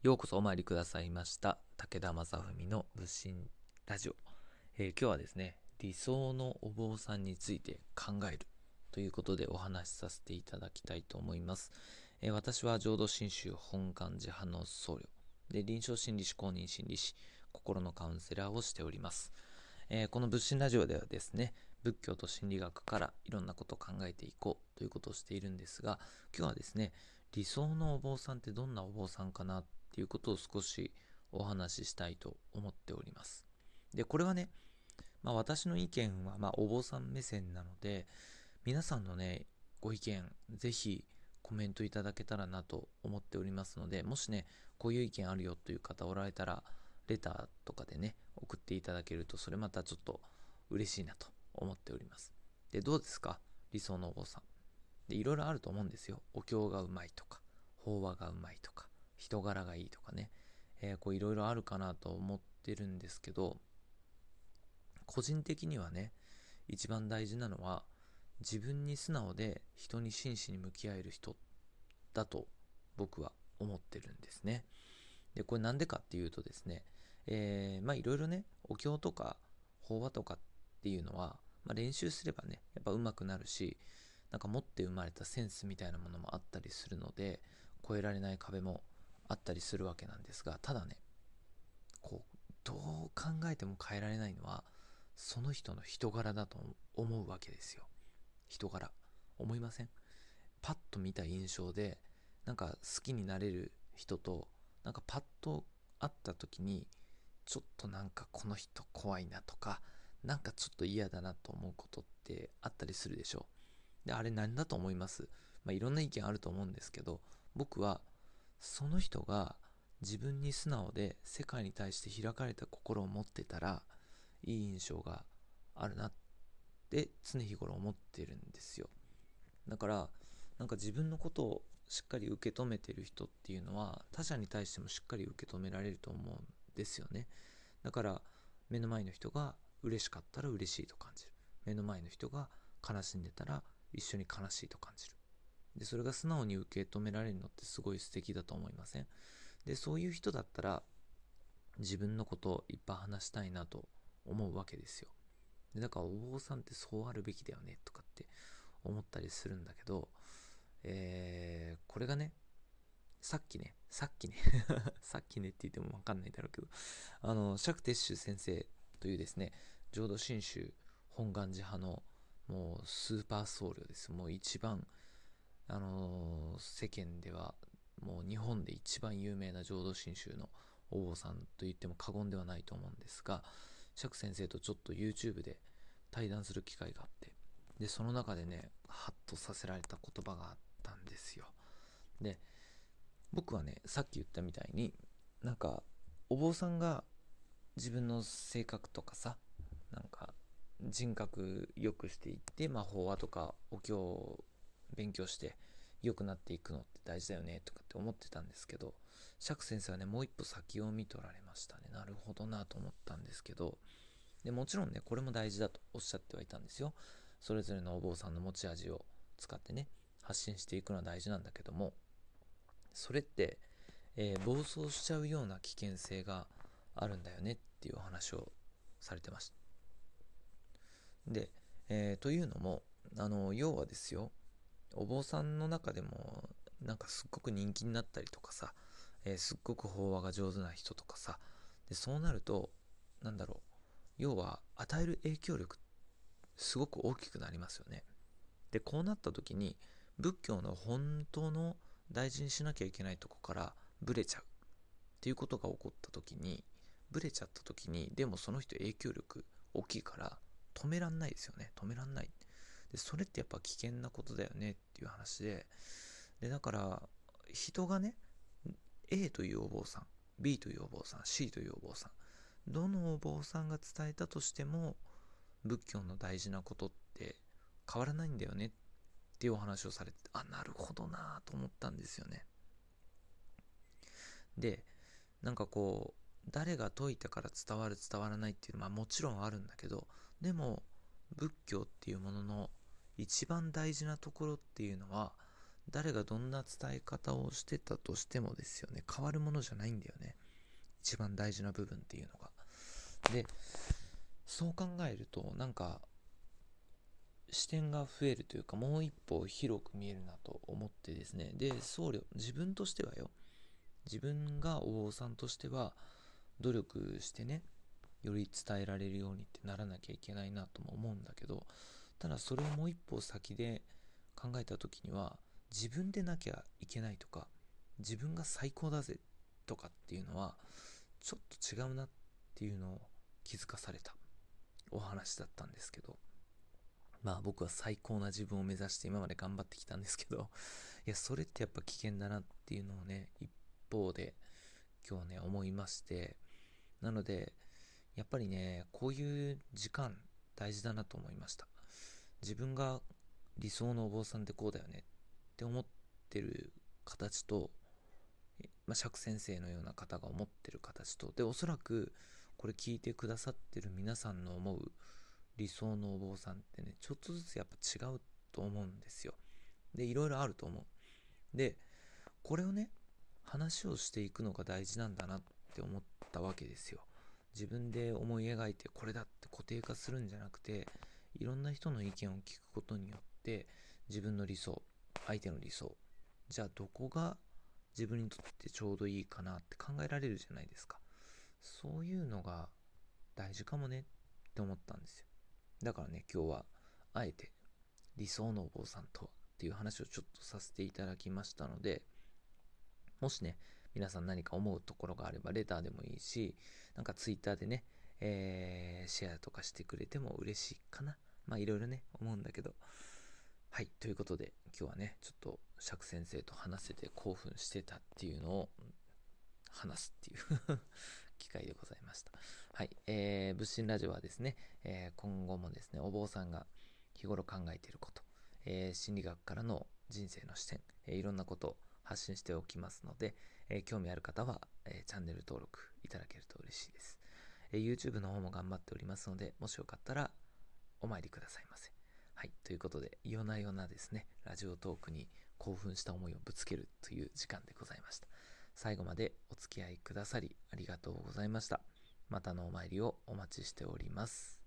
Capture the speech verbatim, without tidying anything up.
ようこそお参りくださいました武田正文の仏心ラジオ、えー今日はですね、理想のお坊さんについて考えるということでお話しさせていただきたいと思います。えー私は浄土真宗本願寺派の僧侶で、臨床心理士公認心理士、心のカウンセラーをしております。えーこの仏心ラジオではですね、仏教と心理学からいろんなことを考えていこうということをしているんですが、今日はですね、理想のお坊さんってどんなお坊さんかなっていうことを少しお話ししたいと思っております。で、これはね、まあ私の意見はまあお坊さん目線なので、皆さんのね、ご意見、ぜひコメントいただけたらなと思っておりますので、もしね、こういう意見あるよという方おられたら、レターとかでね、送っていただけると、それまたちょっと嬉しいなと思っております。で、どうですか、理想のお坊さん。で、いろいろあると思うんですよ。お経がうまいとか、法話がうまいとか、人柄がいいとかね。えーこういろいろあるかなと思ってるんですけど、個人的にはね、一番大事なのは、自分に素直で人に真摯に向き合える人だと僕は思ってるんですね。で、これなんでかっていうとですね、えーまあいろいろね、お経とか法話とかっていうのは、まあ、練習すればね、やっぱ上手くなるし、なんか持って生まれたセンスみたいなものもあったりするので、越えられない壁もあったりするわけなんですが、ただね、こう、どう考えても変えられないのは、その人の人柄だと思うわけですよ。人柄。思いません？パッと見た印象で、なんか好きになれる人と、なんかパッと会った時に、ちょっとなんかこの人怖いなとか、なんかちょっと嫌だなと思うことってあったりするでしょう。で、あれ何だと思います？まあ、いろんな意見あると思うんですけど、僕はその人が自分に素直で世界に対して開かれた心を持ってたら、いい印象があるなって常日頃思ってるんですよ。だからなんか自分のことをしっかり受け止めてる人っていうのは他者に対してもしっかり受け止められると思うんですよね。だから目の前の人が嬉しかったら嬉しいと感じる。目の前の人が悲しんでたら一緒に悲しいと感じる。で、それが素直に受け止められるのってすごい素敵だと思いません？で、そういう人だったら自分のことをいっぱい話したいなと思うわけですよ。で、だからお坊さんってそうあるべきだよねとかって思ったりするんだけど、えー、これがね、さっきね、さっきねさっきねって言ってもわかんないだろうけど、あの、釈徹宗先生というですね、浄土真宗本願寺派のもうスーパー僧侶です。もう一番、あのー世間ではもう日本で一番有名な浄土真宗のお坊さんと言っても過言ではないと思うんですが、釈先生とちょっと YouTube で対談する機会があって、で、その中でね、ハッとさせられた言葉があったんですよ。で、僕はね、さっき言ったみたいに、なんか、お坊さんが自分の性格とかさ、なんか、人格良くしていって、まあ、法話とかお経を勉強して良くなっていくのって大事だよねとかって思ってたんですけど、釈先生はね、もう一歩先を見とられましたね。なるほどなと思ったんですけど、で、もちろんね、これも大事だとおっしゃってはいたんですよ。それぞれのお坊さんの持ち味を使ってね、発信していくのは大事なんだけども、それって、えー暴走しちゃうような危険性があるんだよねっていうお話をされてました。で、えーというのも、あの、要はですよ、お坊さんの中でも、なんかすっごく人気になったりとかさ、えーすっごく法話が上手な人とかさ、で、そうなると、なんだろう、要は与える影響力すごく大きくなりますよね。で、こうなった時に、仏教の本当の大事にしなきゃいけないとこからブレちゃうっていうことが起こった時に、ブレちゃった時に、でもその人影響力大きいから止めらんないですよね。止めらんない。で、それってやっぱ危険なことだよねっていう話で、で、だから、人がね、A というお坊さん、B というお坊さん、C というお坊さん、どのお坊さんが伝えたとしても、仏教の大事なことって変わらないんだよねっていうお話をされて、あ、なるほどなぁと思ったんですよね。で、なんかこう、誰が説いたから伝わる伝わらないっていうのは、まあ、もちろんあるんだけど、でも仏教っていうものの一番大事なところっていうのは、 誰がどんな伝え方をしてたとしてもですよね、変わるものじゃないんだよね。一番大事な部分っていうのが。で、そう考えると、なんか、視点が増えるというか、もう一歩広く見えるなと思ってですね。で、僧侶、自分としてはよ、自分がお坊さんとしては、努力してね、より伝えられるようにってならなきゃいけないなとも思うんだけど、ただそれをもう一歩先で考えた時には、自分でなきゃいけないとか、自分が最高だぜとかっていうのはちょっと違うなっていうのを気づかされたお話だったんですけど、まあ僕は最高な自分を目指して今まで頑張ってきたんですけど、いやそれってやっぱ危険だなっていうのをね、一方で今日ね思いまして、なのでやっぱりね、こういう時間大事だなと思いました。自分が理想のお坊さんってこうだよねって思ってる形と、まあ、釈先生のような方が思ってる形と、で、おそらくこれ聞いてくださってる皆さんの思う理想のお坊さんってね、ちょっとずつやっぱ違うと思うんですよ。で、いろいろあると思う。で、これをね、話をしていくのが大事なんだなって思ったわけですよ。自分で思い描いてこれだって固定化するんじゃなくて、いろんな人の意見を聞くことによって自分の理想、相手の理想、じゃあどこが自分にとってちょうどいいかなって考えられるじゃないですか。そういうのが大事かもねって思ったんですよ。だからね、今日はあえて理想のお坊さんとはっていう話をちょっとさせていただきましたので、もしね、皆さん何か思うところがあればレターでもいいし、なんかツイッターでね、えー、シェアとかしてくれても嬉しいかな。まあいろいろね、思うんだけど。はい、ということで今日はね、ちょっと釈先生と話せて興奮してたっていうのを話すっていう機会でございました。はい、えー、仏心ラジオはですね、えー、今後もですね、お坊さんが日頃考えていること、えー、心理学からの人生の視点、えー、いろんなことを発信しておきますので、えー興味ある方は、えーチャンネル登録いただけると嬉しいです。えー YouTube の方も頑張っておりますので、もしよかったらお参りくださいませ。はい、ということで、夜な夜なですね、ラジオトークに興奮した思いをぶつけるという時間でございました。最後までお付き合いくださりありがとうございました。またのお参りをお待ちしております。